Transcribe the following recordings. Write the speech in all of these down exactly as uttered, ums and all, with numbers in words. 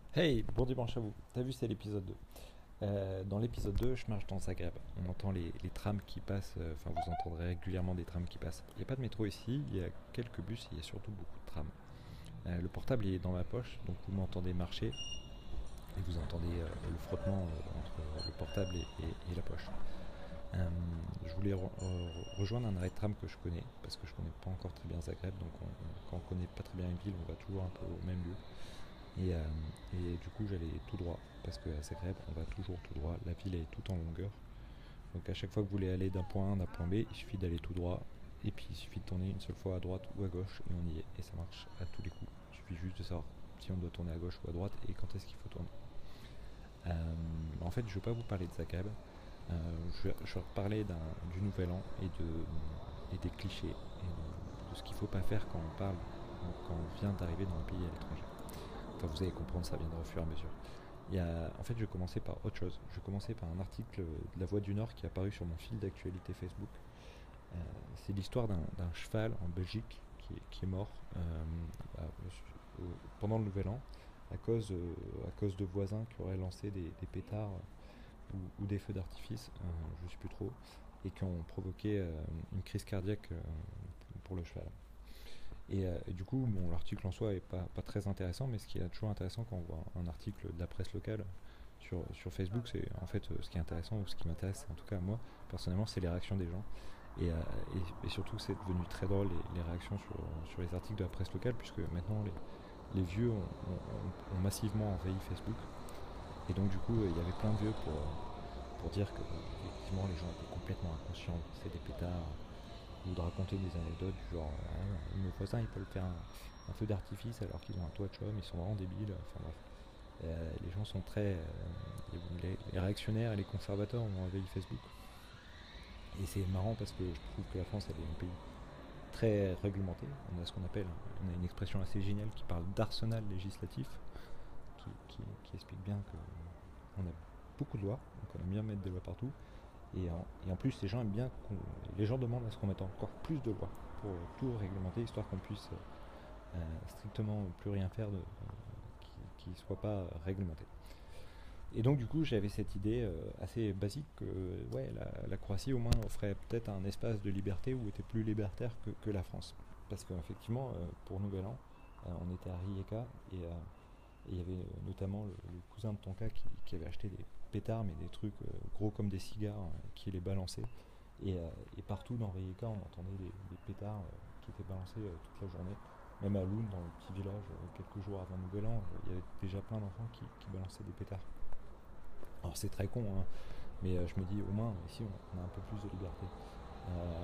Hey, bon dimanche à vous. T'as vu, c'est l'épisode deux. Euh, dans l'épisode deux, je marche dans Zagreb. On entend les, les trams qui passent, euh, enfin vous entendrez régulièrement des trams qui passent. Il n'y a pas de métro ici, il y a quelques bus, il y a surtout beaucoup de trams. Euh, le portable il est dans ma poche, donc vous m'entendez marcher et vous entendez euh, le frottement euh, entre le portable et, et- et la poche. Euh, je voulais re- re- rejoindre un arrêt de tram que je connais, parce que je connais pas encore très bien Zagreb, donc on- on- quand on connaît pas très bien une ville, on va toujours un peu au même lieu. Et, euh, et du coup, j'allais tout droit, parce qu'à Zagreb, on va toujours tout droit. La ville est tout en longueur. Donc à chaque fois que vous voulez aller d'un point A à un point B, il suffit d'aller tout droit. Et puis il suffit de tourner une seule fois à droite ou à gauche, et on y est. Et ça marche à tous les coups. Il suffit juste de savoir si on doit tourner à gauche ou à droite, et quand est-ce qu'il faut tourner. Euh, en fait, je ne vais pas vous parler de Zagreb. Euh, je, vais, je vais reparler d'un- du Nouvel An et, de, et des clichés, et de, de ce qu'il ne faut pas faire quand on parle, quand on vient d'arriver dans un pays à l'étranger. Enfin, vous allez comprendre, ça viendra au fur et à mesure. Il y a, en fait, je vais commencer par autre chose. Je vais commencer par un article de La Voix du Nord qui est apparu sur mon fil d'actualité Facebook. Euh, c'est l'histoire d'un, d'un cheval en Belgique qui est, qui est mort euh, à- au- pendant le Nouvel An à cause, euh, à cause de voisins qui auraient lancé des, des pétards ou, ou des feux d'artifice, euh, je ne sais plus trop, et qui ont provoqué euh, une crise cardiaque euh, pour le cheval. Et, euh, et du coup, bon, l'article en soi est pas, pas très intéressant, mais ce qui est toujours intéressant quand on voit un article de la presse locale sur, sur Facebook, c'est en fait euh, ce qui est intéressant, ou ce qui m'intéresse, en tout cas moi, personnellement, c'est les réactions des gens. Et, euh, et, et surtout, c'est devenu très drôle les, les réactions sur, sur les articles de la presse locale, puisque maintenant les, les vieux ont, ont- ont massivement envahi Facebook. Et donc, du coup, euh, il y avait plein de vieux pour, euh, pour dire que, euh, effectivement, les gens étaient complètement inconscients, c'est des pétards, ou de raconter des anecdotes du genre ah, nos voisins ils peuvent faire un, un feu d'artifice alors qu'ils ont un toit de chaume, ils sont vraiment débiles. Enfin bref, Euh, les gens sont très. Euh, les, les réactionnaires et les conservateurs ont envahi Facebook. Et c'est marrant parce que je trouve que la France elle est un pays très réglementé. On a ce qu'on appelle, on a une expression assez géniale qui parle d'arsenal législatif, qui, qui, qui explique bien qu'on a beaucoup de lois, donc on aime bien mettre des lois partout. Et en, et en plus, les gens aiment bien qu'on, les gens demandent à ce qu'on mette encore plus de lois pour tout réglementer, histoire qu'on puisse euh, strictement plus rien faire de, euh, qui ne soit pas réglementé. Et donc du coup, j'avais cette idée euh, assez basique que ouais, la, la Croatie au moins offrait peut-être un espace de liberté où était plus libertaire que, que la France. Parce qu'effectivement, euh, pour Nouvel An, euh, on était à Rijeka et euh, et il y avait notamment le, le cousin de Tonka qui, qui avait acheté des pétards, mais des trucs euh, gros comme des cigares, euh, qui les balançait. Et, euh, et partout dans Rijeka, on entendait des, des pétards euh, qui étaient balancés euh, toute la journée. Même à Loun, dans le petit village, euh, quelques jours avant Nouvel An, euh, il y avait déjà plein d'enfants qui, qui balançaient des pétards. Alors c'est très con, hein, mais euh, je me dis au moins ici on, on a un peu plus de liberté. Euh,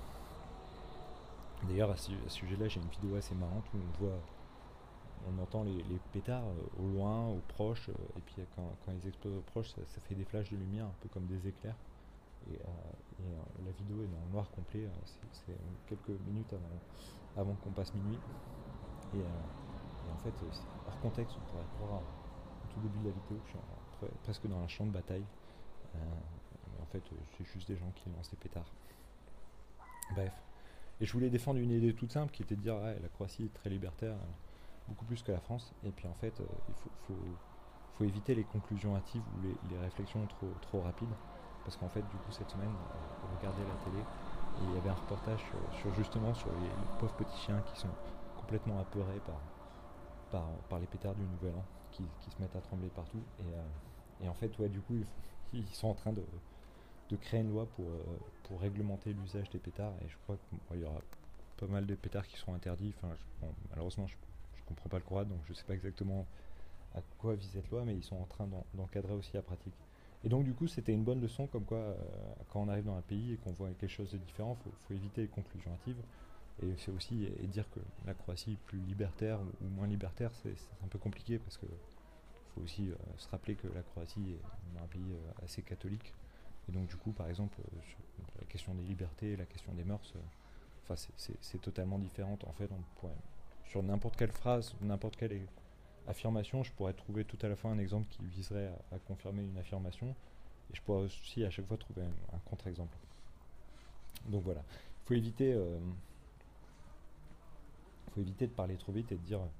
D'ailleurs à ce, à ce sujet-là, j'ai une vidéo assez marrante où on voit on entend les, les pétards euh, au loin, au proche, euh, et puis euh, quand, quand ils explosent au proche, ça, ça fait des flashs de lumière, un peu comme des éclairs. Et, euh, et, euh, la vidéo est dans le noir complet, euh, c'est c'est quelques minutes avant, avant qu'on passe minuit. Et, euh, et en fait, euh, hors contexte, on pourrait croire au tout début de la vidéo que je suis en- pre- presque dans un champ de bataille. Euh, mais en fait, euh, c'est juste des gens qui lancent des pétards. Bref. Et je voulais défendre une idée toute simple qui était de dire ouais, la Croatie est très libertaire, euh, beaucoup plus que la France. Et puis en fait, euh, il faut, faut, faut éviter les conclusions hâtives ou les, les réflexions trop, trop rapides. Parce qu'en fait, du coup, cette semaine, euh, on regardait la télé et il y avait un reportage sur, sur justement sur les, les pauvres petits chiens qui sont complètement apeurés par, par, par les pétards du Nouvel An, qui, qui se mettent à trembler partout. Et, euh, et en fait, ouais, du coup, ils, ils sont en train de, de créer une loi pour, euh, pour réglementer l'usage des pétards. Et je crois qu'il y aura pas mal de pétards qui seront interdits. Enfin, je- bon, malheureusement, je, je comprends pas le croate, donc je sais pas exactement à quoi vise cette loi, mais ils sont en train d'en- d'encadrer aussi la pratique. Et donc, du coup, c'était une bonne leçon, comme quoi, euh, quand on arrive dans un pays et qu'on voit quelque chose de différent, il faut, faut éviter les conclusions hâtives. Et c'est aussi et dire que la Croatie est plus libertaire ou, ou moins libertaire, c'est c'est un peu compliqué parce que faut aussi euh, se rappeler que la Croatie est un pays euh, assez catholique. Et donc, du coup, par exemple, euh, sur la question des libertés, la question des mœurs, euh, enfin, c'est- c'est c'est totalement différente. En fait, on pourrait, sur n'importe quelle phrase, n'importe quelle affirmation, je pourrais trouver tout à la fois un exemple qui viserait à, à confirmer une affirmation, et je pourrais aussi à chaque fois trouver un, un contre-exemple. Donc voilà, il faut éviter, euh, faut éviter de parler trop vite et de dire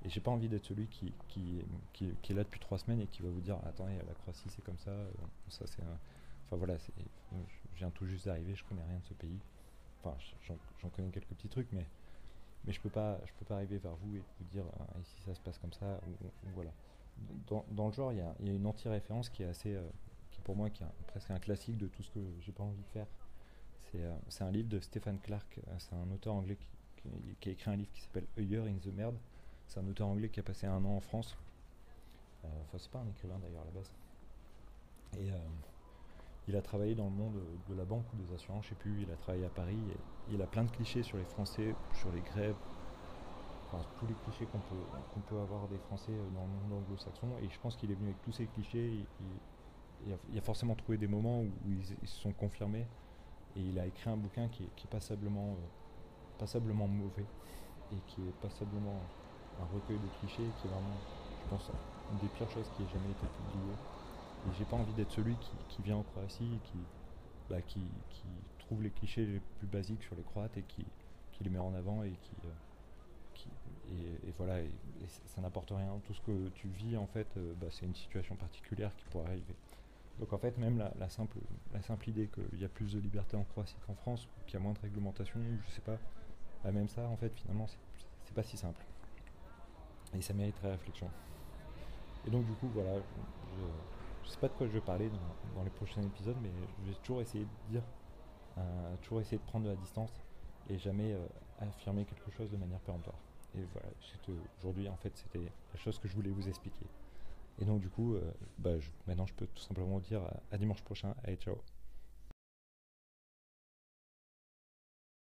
Et j'ai pas envie d'être celui qui, qui, qui, qui est là depuis trois semaines et qui va vous dire attendez, la Croatie c'est comme ça, euh, ça c'est un... Enfin voilà, c'est, je viens tout juste d'arriver, je connais rien de ce pays. Enfin, j'en, j'en connais quelques petits trucs, mais, mais je peux pas, je peux pas arriver vers vous et vous dire ah, ici ça se passe comme ça, ou, ou voilà. Dans, dans le genre, il y a, y a une anti-référence qui est assez, euh, qui pour moi, qui est un- presque un classique de tout ce que j'ai pas envie de faire. C'est, euh, c'est un livre de Stephen Clark, euh, c'est un auteur anglais qui, qui- qui a écrit un livre qui s'appelle A Year in the Merde. C'est un auteur anglais qui a passé un an en France. Euh, Enfin, c'est pas un écrivain d'ailleurs à la base. Et euh, il a travaillé dans le monde de la banque ou des assurances, je sais plus. Il a travaillé à Paris et il a plein de clichés sur les Français, sur les grèves, enfin tous les clichés qu'on peut, qu'on peut avoir des Français dans le monde anglo-saxon. Et je pense qu'il est venu avec tous ces clichés. Il, il- il a, il a forcément trouvé des moments où, où ils, ils se sont confirmés. Et il a écrit un bouquin qui est, qui est passablement, euh, passablement mauvais et qui est passablement un recueil de clichés qui est vraiment, je pense, une des pires choses qui ait jamais été publiée. Et j'ai pas envie d'être celui qui, qui vient en Croatie et qui, bah, qui, qui trouve les clichés les plus basiques sur les Croates et qui, qui les met en avant et qui, euh, qui et, et voilà, et, et ça n'apporte rien. Tout ce que tu vis en fait, euh, bah, c'est une situation particulière qui pourrait arriver. Donc en fait, même la, la simple, la simple idée qu'il y a plus de liberté en Croatie qu'en France, qu'il y a moins de réglementation, je sais pas, bah, même ça en fait finalement c'est, c'est pas si simple. Et ça mériterait réflexion. Et donc du coup voilà, je, je sais pas de quoi je vais parler dans, dans les prochains épisodes, mais je vais toujours essayer de dire, euh, toujours essayer de prendre de la distance et jamais euh, affirmer quelque chose de manière péremptoire. Et voilà, c'était, aujourd'hui en fait c'était la chose que je voulais vous expliquer. Et donc du coup, euh, bah, je, maintenant je peux tout simplement vous dire à, à dimanche prochain, allez ciao.